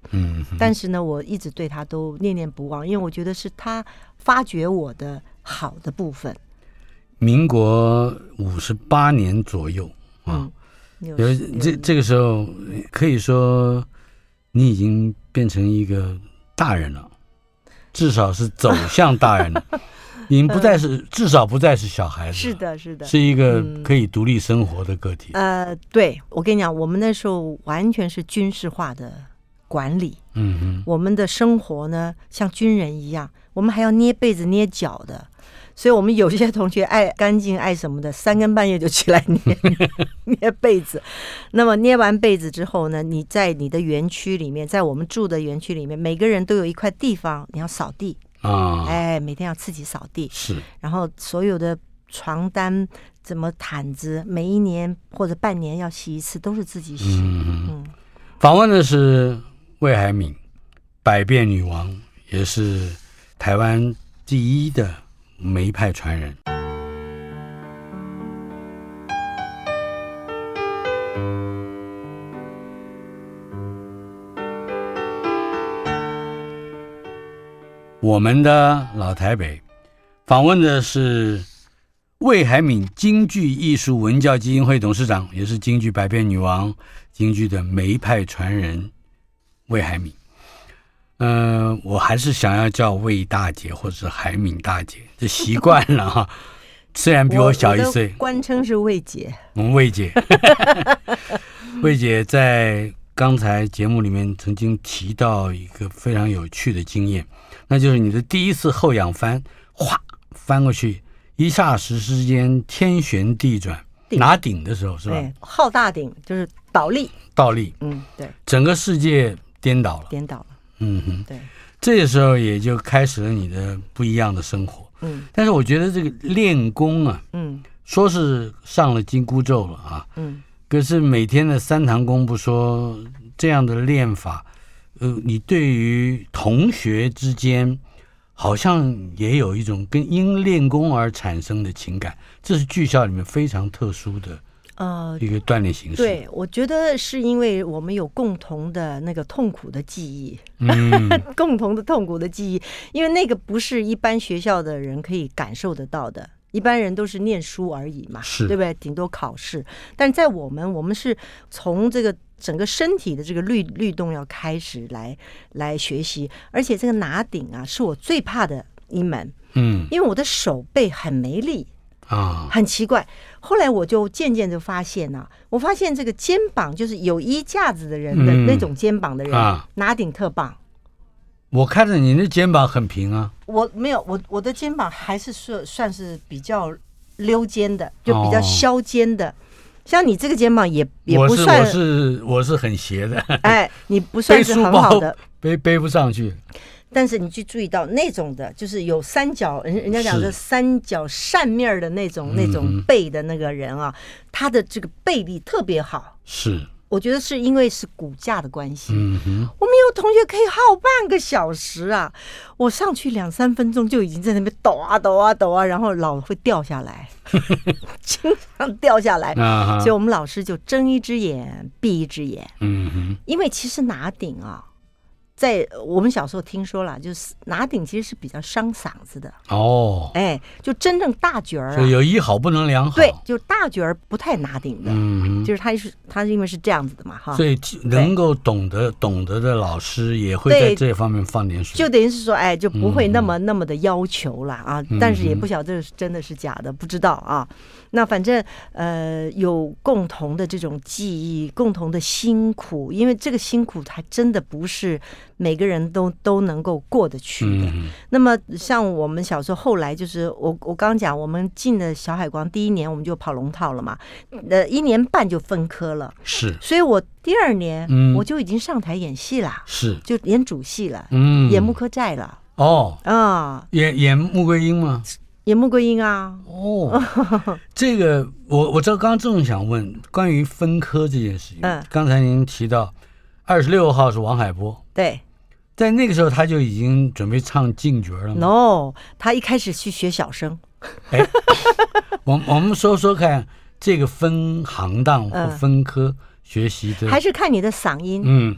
嗯， 但是呢，我一直对他都念念不忘，因为我觉得是他发掘我的好的部分。 民国五十八年左右啊， 嗯， 有这这个时候可以说你已经变成一个大人了，至少是走向大人了。已经不再是、嗯，至少不再是小孩子， 是的，是的， 是一个可以独立生活的个体。 嗯、呃，对，我跟你讲，我们那时候完全是军事化的管理， 嗯哼， 我们的生活呢像军人一样，我们还要捏被子捏脚的，所以我们有些同学爱干净爱什么的，三更半夜就起来捏捏被子。那么捏完被子之后呢，你在你的园区里面，在我们住的园区里面，每个人都有一块地方你要扫地。 啊， 哎，每天要自己扫地， 是， 然后所有的床单、怎么毯子，每一年或者半年要洗一次，都是自己洗。 嗯嗯。访问的是魏海敏，百变女王，也是台湾第一的梅派传人。我们的老台北访问的是魏海敏京剧艺术文教基金会董事长，也是京剧百变女王、京剧的梅派传人魏海敏。呃，我还是想要叫魏大姐或者是海敏大姐，这习惯了哈。虽然比我小一岁， 官称是魏姐。 嗯，魏姐，魏姐在刚才节目里面曾经提到一个非常有趣的经验。那就是你的第一次后仰翻，哗翻过去，一霎时之间天旋地转，拿顶的时候是吧？ 对，好大顶就是倒立， 倒立， 嗯，对， 整个世界颠倒了， 颠倒了， 嗯哼， 对， 这个时候也就开始了你的不一样的生活， 嗯， 但是我觉得这个练功啊， 嗯， 说是上了紧箍咒了啊， 嗯， 可是每天的三堂功不说，这样的练法。呃，你对于同学之间好像也有一种跟因练功而产生的情感，这是剧校里面非常特殊的呃一个锻炼形式。 对，我觉得是因为我们有共同的那个痛苦的记忆， 嗯， 共同的痛苦的记忆，因为那个不是一般学校的人可以感受得到的。一般人都是念书而已嘛， 是对不对？顶多考试，但在我们，我们是从这个整个身体的这个律律动要开始来来学习，而且这个拿顶啊，是我最怕的一门， 嗯， 因为我的手背很没力啊， 很奇怪。后来我就渐渐就发现啊，我发现这个肩膀就是有衣架子的人的那种肩膀的人， 嗯啊、 拿顶特棒。 我看着你的肩膀很平啊， 我没有，我我的肩膀还是算算是比较溜肩的，就比较削肩的。哦、像你这个肩膀也也不算， 我是我是我是很斜的， 哎，你不算是很好的， 背背不上去。 但是你去注意到那种的，就是有三角，人人家讲的三角扇面的那种那种背的那个人啊，他的这个背力特别好。 是。 我觉得是因为是骨架的关系， 嗯哼， 我们有同学可以耗半个小时啊，我上去两三分钟就已经在那边抖啊抖啊抖啊，然后老会掉下来，经常掉下来， 啊、 所以我们老师就睁一只眼闭一只眼， 嗯哼， 因为其实拿顶啊，在我们小时候听说了，就是拿顶其实是比较伤嗓子的哦， 哎，就真正大角儿、啊， 就有一好不能两好， 对，就大角儿不太拿顶的， 嗯， 就是他是他是因为是这样子的嘛，哈， 所以能够懂得懂得的老师也会在这方面放点水， 就等于是说，哎，就不会那么、嗯、那么的要求了啊， 嗯、 但是也不晓得这真的是假的，不知道啊。那反正呃有共同的这种记忆，共同的辛苦，因为这个辛苦还真的不是每个人都都能够过得去的。 嗯、 那么像我们小时候后来就是我我刚讲，我们进了小海光第一年我们就跑龙套了嘛，呃一年半就分科了， 是， 所以我第二年、 嗯、 我就已经上台演戏了， 是， 就演主戏了， 嗯， 演木柯寨了。 哦啊， 演演穆桂英吗？ 演穆桂英啊。 哦，这个我我知道，刚刚正想问关于分科这件事情。 嗯， 刚才您提到二十六号是王海波， 对， 在那个时候他就已经准备唱进角了吗 ？No， 他一开始去学小生。 哎，我我们说说看，这个分行当或分科学习的， 还是看你的嗓音。 嗯。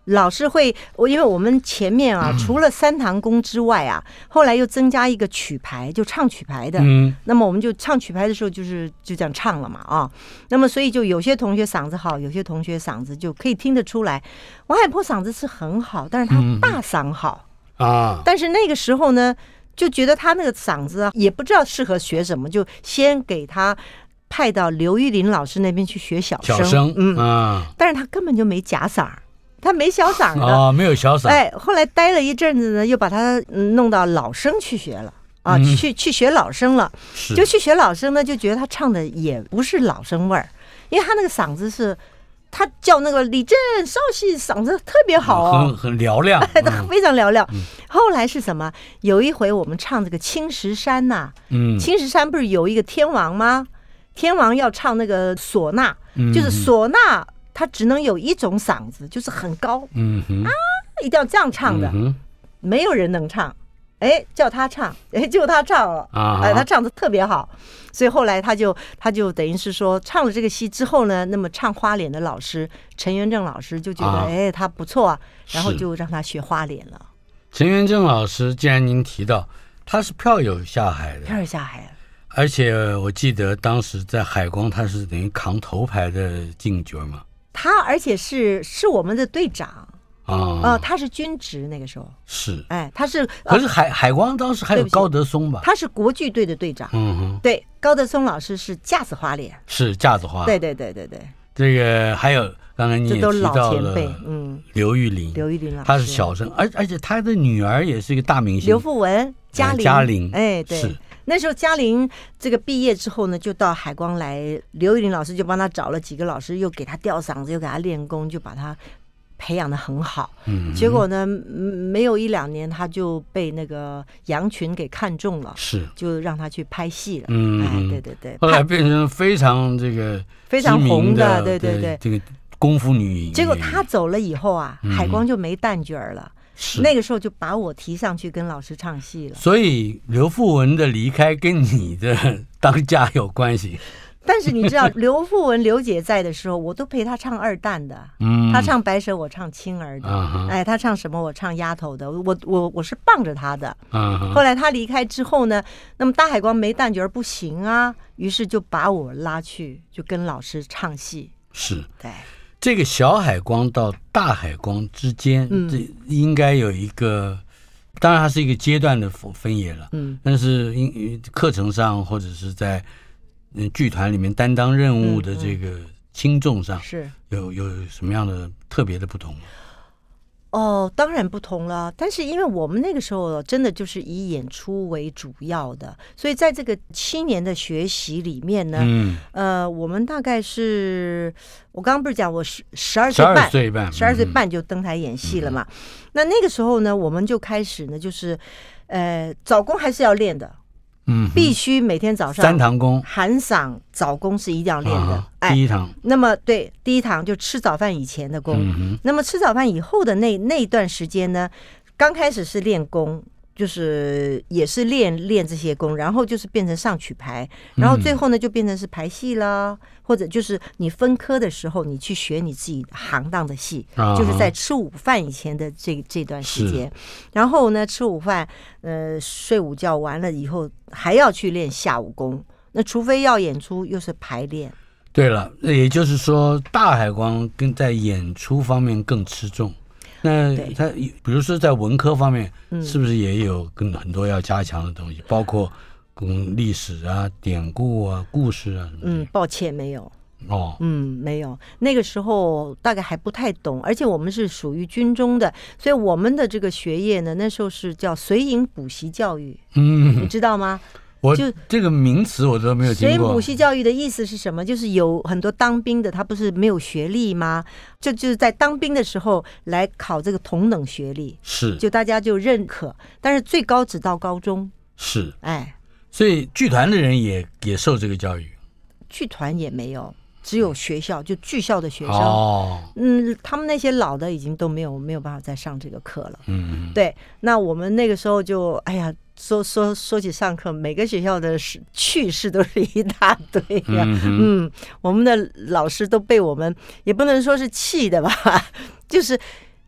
老师会，我因为我们前面啊，除了三堂功之外啊，后来又增加一个曲牌，就唱曲牌的。 嗯， 那么我们就唱曲牌的时候，就是就这样唱了嘛啊。那么所以就有些同学嗓子好，有些同学嗓子就可以听得出来。王海波嗓子是很好，但是他大嗓好、 嗯、啊。 但是那个时候呢，就觉得他那个嗓子啊，也不知道适合学什么，就先给他派到刘玉玲老师那边去学小声。 小声， 嗯啊， 但是他根本就没假嗓。他没小嗓的啊、哦，没有小嗓。 哎，后来待了一阵子呢，又把他弄到老生去学了啊， 嗯、 去去学老生了。就去学老生呢，就觉得他唱的也不是老生味儿，因为他那个嗓子是，他叫那个李正少戏嗓子特别好哦， 很很嘹亮， 哎，非常嘹亮。嗯、后来是什么？有一回我们唱这个青石山呐、啊，嗯，青石山不是有一个天王吗？天王要唱那个唢呐，嗯、就是唢呐。他只能有一种嗓子，就是很高， 嗯哼啊， 一定要这样唱的，嗯、没有人能唱，哎，叫他唱，哎，就他唱了啊，哎，他唱的特别好，所以后来他就他就等于是说唱了这个戏之后呢，那么唱花脸的老师陈元正老师就觉得，啊、哎，他不错啊，然后就让他学花脸了。 陈元正老师，既然您提到，他是票友下海的， 票友下海。 而且我记得当时在海光，他是等于扛头牌的进角嘛。 他而且是是我们的队长啊， 呃，他是军职那个时候是， 哎，他是， 可是海、呃、海光当时还有高德松吧？ 他是国剧队的队长， 嗯哼， 对，高德松老师是架子花脸， 是架子花， 对对对对对， 这个还有刚才你也提到了， 嗯， 刘玉玲， 刘玉玲老师， 他是小生，而而且他的女儿也是一个大明星， 刘富文、嘉玲， 嘉玲， 哎，对。是那时候嘉玲这个毕业之后呢，就到海光来，刘玉玲老师就帮他找了几个老师，又给他吊嗓子，又给他练功，就把他培养得很好。嗯，结果呢，没有一两年，他就被那个杨群给看中了， 是， 就让他去拍戏了。 嗯， 哎，对对对， 后来变成非常这个非常红的， 对对对， 这个功夫女。 结果他走了以后啊，海光就没旦角了。那个时候就把我提上去跟老师唱戏了， 所以刘富文的离开跟你的当家有关系。 但是你知道刘富文刘姐在的时候，我都陪她唱二旦的，嗯，她唱白蛇，我唱青儿的，嗯、哎，她唱什么我唱丫头的，我我我是傍着她的。嗯、后来她离开之后呢，那么大海光没旦角不行啊，于是就把我拉去，就跟老师唱戏。 是， 对。 这个小海光到大海光之间，嗯、这应该有一个，当然它是一个阶段的分野了，嗯，但是因课程上或者是在剧团里面担当任务的这个轻重上，是、嗯嗯、有有什么样的特别的不同吗？ 哦，当然不同了。但是因为我们那个时候真的就是以演出为主要的，所以在这个七年的学习里面呢，嗯，呃，我们大概是我刚刚不是讲我十十二岁半，十二岁半，十二岁半就登台演戏了嘛。嗯、那那个时候呢，我们就开始呢，就是呃，早功还是要练的。嗯，必须每天早上三堂功， 寒嗓早功是一定要练的。 啊、哎，第一堂。 那么对，第一堂就吃早饭以前的功。嗯、那么吃早饭以后的那那段时间呢，刚开始是练功，就是也是练练这些功，然后就是变成上曲牌，然后最后呢就变成是排戏啦，嗯、或者就是你分科的时候，你去学你自己行当的戏，啊、就是在吃午饭以前的这这段时间，然后呢吃午饭，呃睡午觉完了以后还要去练下午功，那除非要演出又是排练。 对了，也就是说大海光跟在演出方面更吃重。那他比如说在文科方面，是不是也有跟很多要加强的东西，嗯、包括嗯历史啊、典故啊、故事啊什么的？ 嗯，抱歉，没有。 哦， 嗯，没有。那个时候大概还不太懂，而且我们是属于军中的，所以我们的这个学业呢，那时候是叫随营补习教育。嗯，你知道吗？ 我就这个名词我都没有听过。 随营补习教育的意思是什么？就是有很多当兵的，他不是没有学历吗？就就是在当兵的时候来考这个同等学历， 是就大家就认可，但是最高只到高中。 是， 哎， 所以剧团的人也也受这个教育。 剧团也没有，只有学校，就剧校的学生。 哦， 嗯，他们那些老的已经都没有没有办法再上这个课了。嗯，对。那我们那个时候就，哎呀。说说说起上课，每个学校的趣事都是一大堆呀、啊。嗯, 嗯，我们的老师都被我们也不能说是气的吧，就是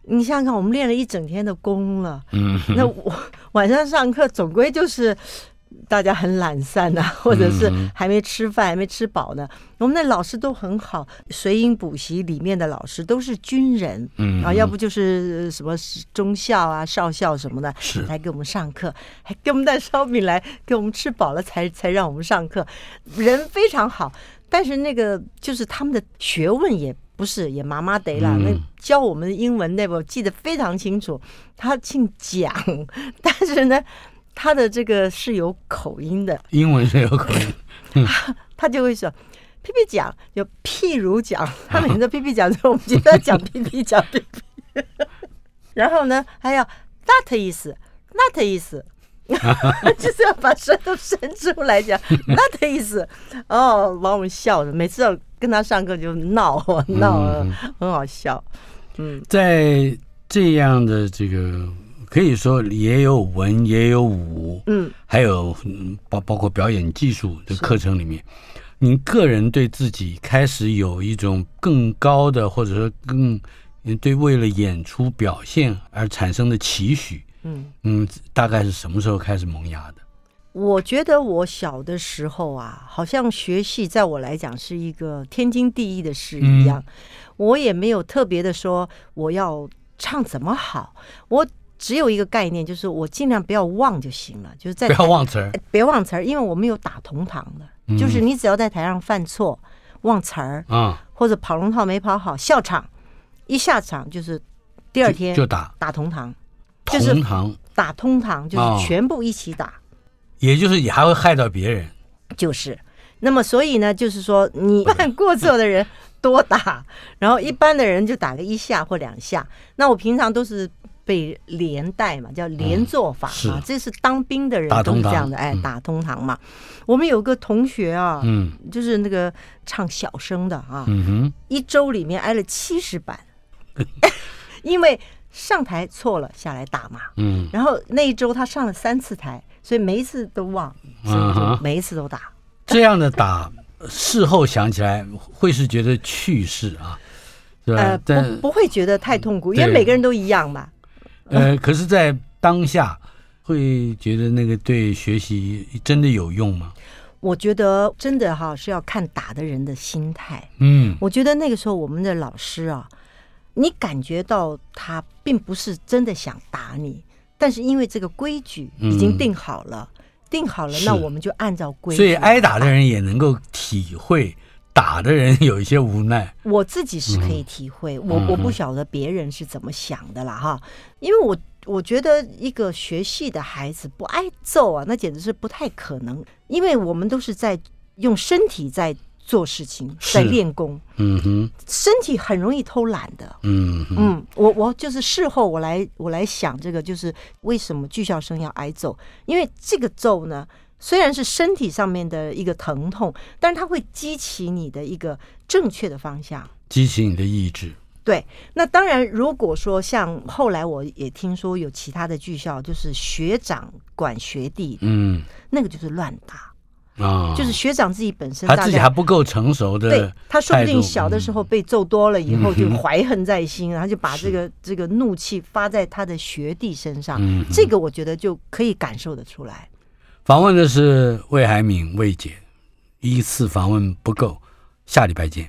你想想看，我们练了一整天的功了， 嗯， 那我晚上上课总归就是大家很懒散啊，或者是还没吃饭还没吃饱呢。我们的老师都很好，水影补习里面的老师都是军人，嗯啊，要不就是什么中校啊、少校什么的来给我们上课，还给我们带烧饼来给我们吃饱了才才让我们上课，人非常好。但是那个就是他们的学问也不是也麻麻得了，那教我们的英文那我记得非常清楚，他姓蒋，但是呢。他的这个是有口音的， 英文是有口音，嗯、 他, 他就会说屁屁讲，就譬如讲，他每次都屁屁讲，所以我们就在讲屁屁讲屁屁。然后呢，还有 that 意思 ，that 意思，就是要把舌头伸出来讲 that 意思。哦，把我们笑的，每次要跟他上课就闹闹，嗯、很好笑。嗯， 在这样的这个。可以说也有文也有武，嗯，还有包包括表演技术的课程里面，您个人对自己开始有一种更高的，或者说更对为了演出表现而产生的期许，嗯嗯，大概是什么时候开始萌芽的？ 我觉得我小的时候啊，好像学戏在我来讲是一个天经地义的事一样，嗯、我也没有特别的说我要唱怎么好，我。只有一个概念，就是我尽量不要忘就行了，就是在不要忘词儿， 别忘词儿，因为我们有打同堂的，嗯、就是你只要在台上犯错、忘词儿啊，或者跑龙套没跑好，笑场，一下场就是第二天就, 就打打同堂， 同堂、就是、 打通堂就是全部一起打，哦、 也就是也还会害到别人， 就是。那么所以呢，就是说你犯过错的人多打，然后一般的人就打个一下或两下。那我平常都是。被连带嘛，叫连坐法嘛，嗯、这是当兵的人都是这样的，哎，打通堂嘛。嗯、我们有个同学啊，嗯，就是那个唱小生的啊，嗯哼，一周里面挨了七十板，因为上台错了下来打嘛，嗯，然后那一周他上了三次台，所以每一次都忘，所以就每一次都打。嗯、 这样的打，事后想起来会是觉得趣事啊，是吧？ 呃，不不会觉得太痛苦，因为每个人都一样嘛。 呃，可是，在当下会觉得那个对学习真的有用吗？ 我觉得真的哈是要看打的人的心态。嗯，我觉得那个时候我们的老师啊，你感觉到他并不是真的想打你，但是因为这个规矩已经定好了，嗯、定好了，那我们就按照规矩。 所以挨打的人也能够体会。打的人有一些无奈， 我自己是可以体会，嗯、我我不晓得别人是怎么想的啦哈，因为我我觉得一个学戏的孩子不挨揍啊，那简直是不太可能，因为我们都是在用身体在做事情，在练功，嗯哼，身体很容易偷懒的，嗯嗯，我我就是事后我来我来想这个，就是为什么剧校生要挨揍，因为这个揍呢。虽然是身体上面的一个疼痛，但是它会激起你的一个正确的方向， 激起你的意志。 对，那当然，如果说像后来我也听说有其他的剧校，就是学长管学弟，嗯，那个就是乱打啊，哦、就是学长自己本身他自己还不够成熟的， 对，他说不定小的时候被揍多了以后就怀恨在心，然后就把这个这个怒气发在他的学弟身上，嗯、这个我觉得就可以感受得出来。 访问的是魏海敏魏姐，一次访问不够，下礼拜见。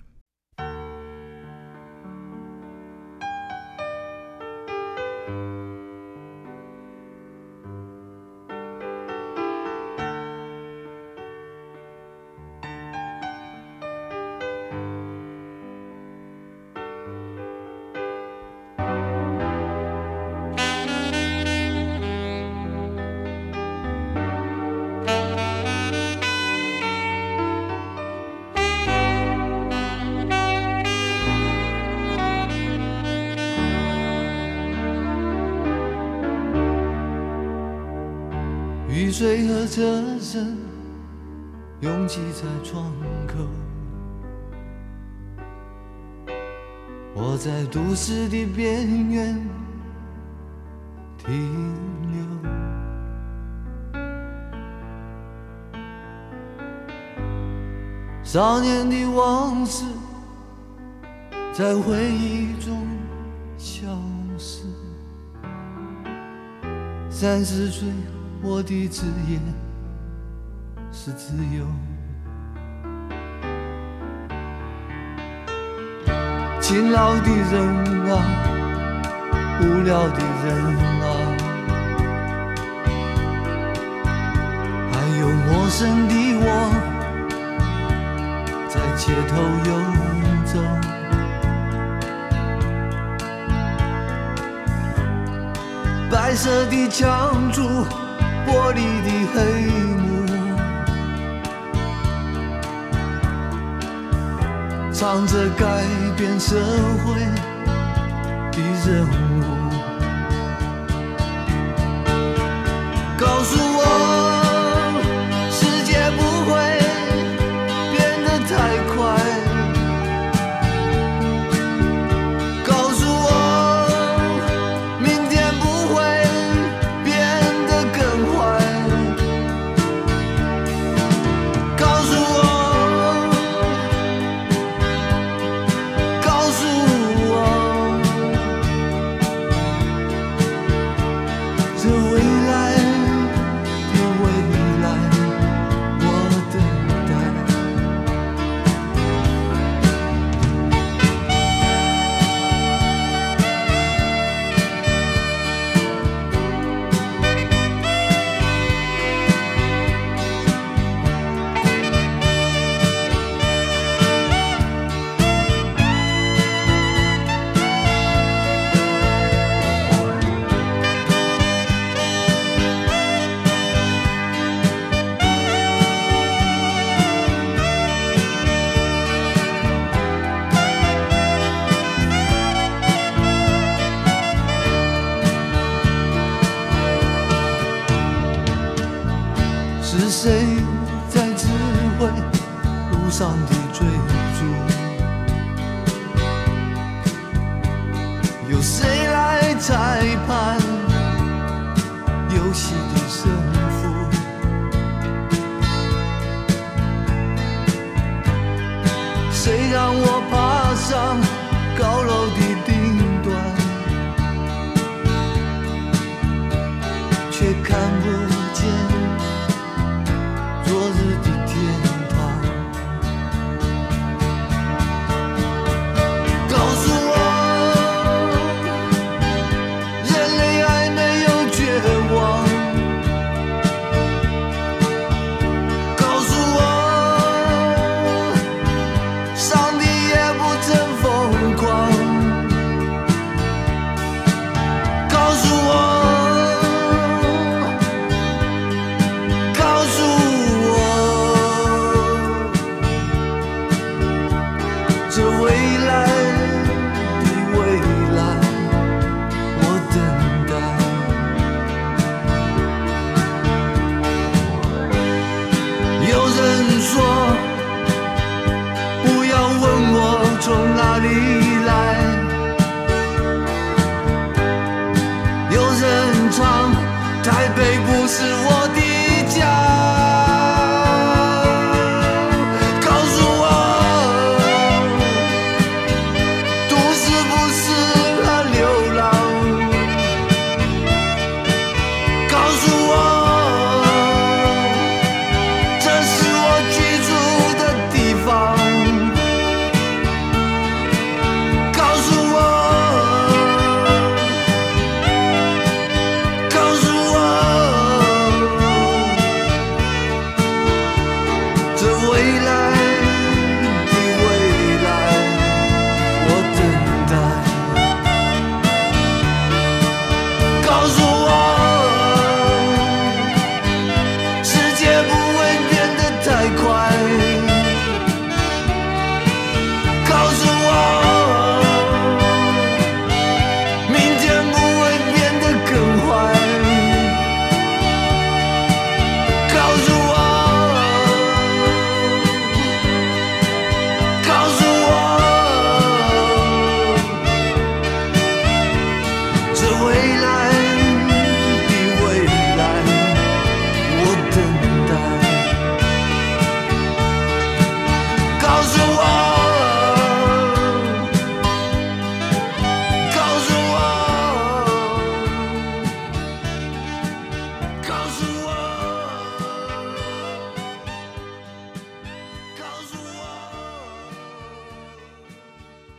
雨水和车声拥挤在窗口，我在都市的边缘停留，少年的往事在回忆中消磨。 事。三十岁，我的职业是自由。勤劳的人啊，无聊的人啊，还有陌生的我，在街头游走。白色的墙柱，玻璃的黑幕，唱着改变社会的任务。告诉我，世界不会变得太快。告诉我，明天不会变得更坏。告诉我，告诉我，这未来的未来，我等待。是谁在指挥路上的追逐？由谁来裁判游戏的胜负？谁让我爬上高楼的顶端，却看不见昨日的天堂？告诉我，人类还没有绝望。告诉我，上帝也不曾疯狂。告诉我，告诉我，这未来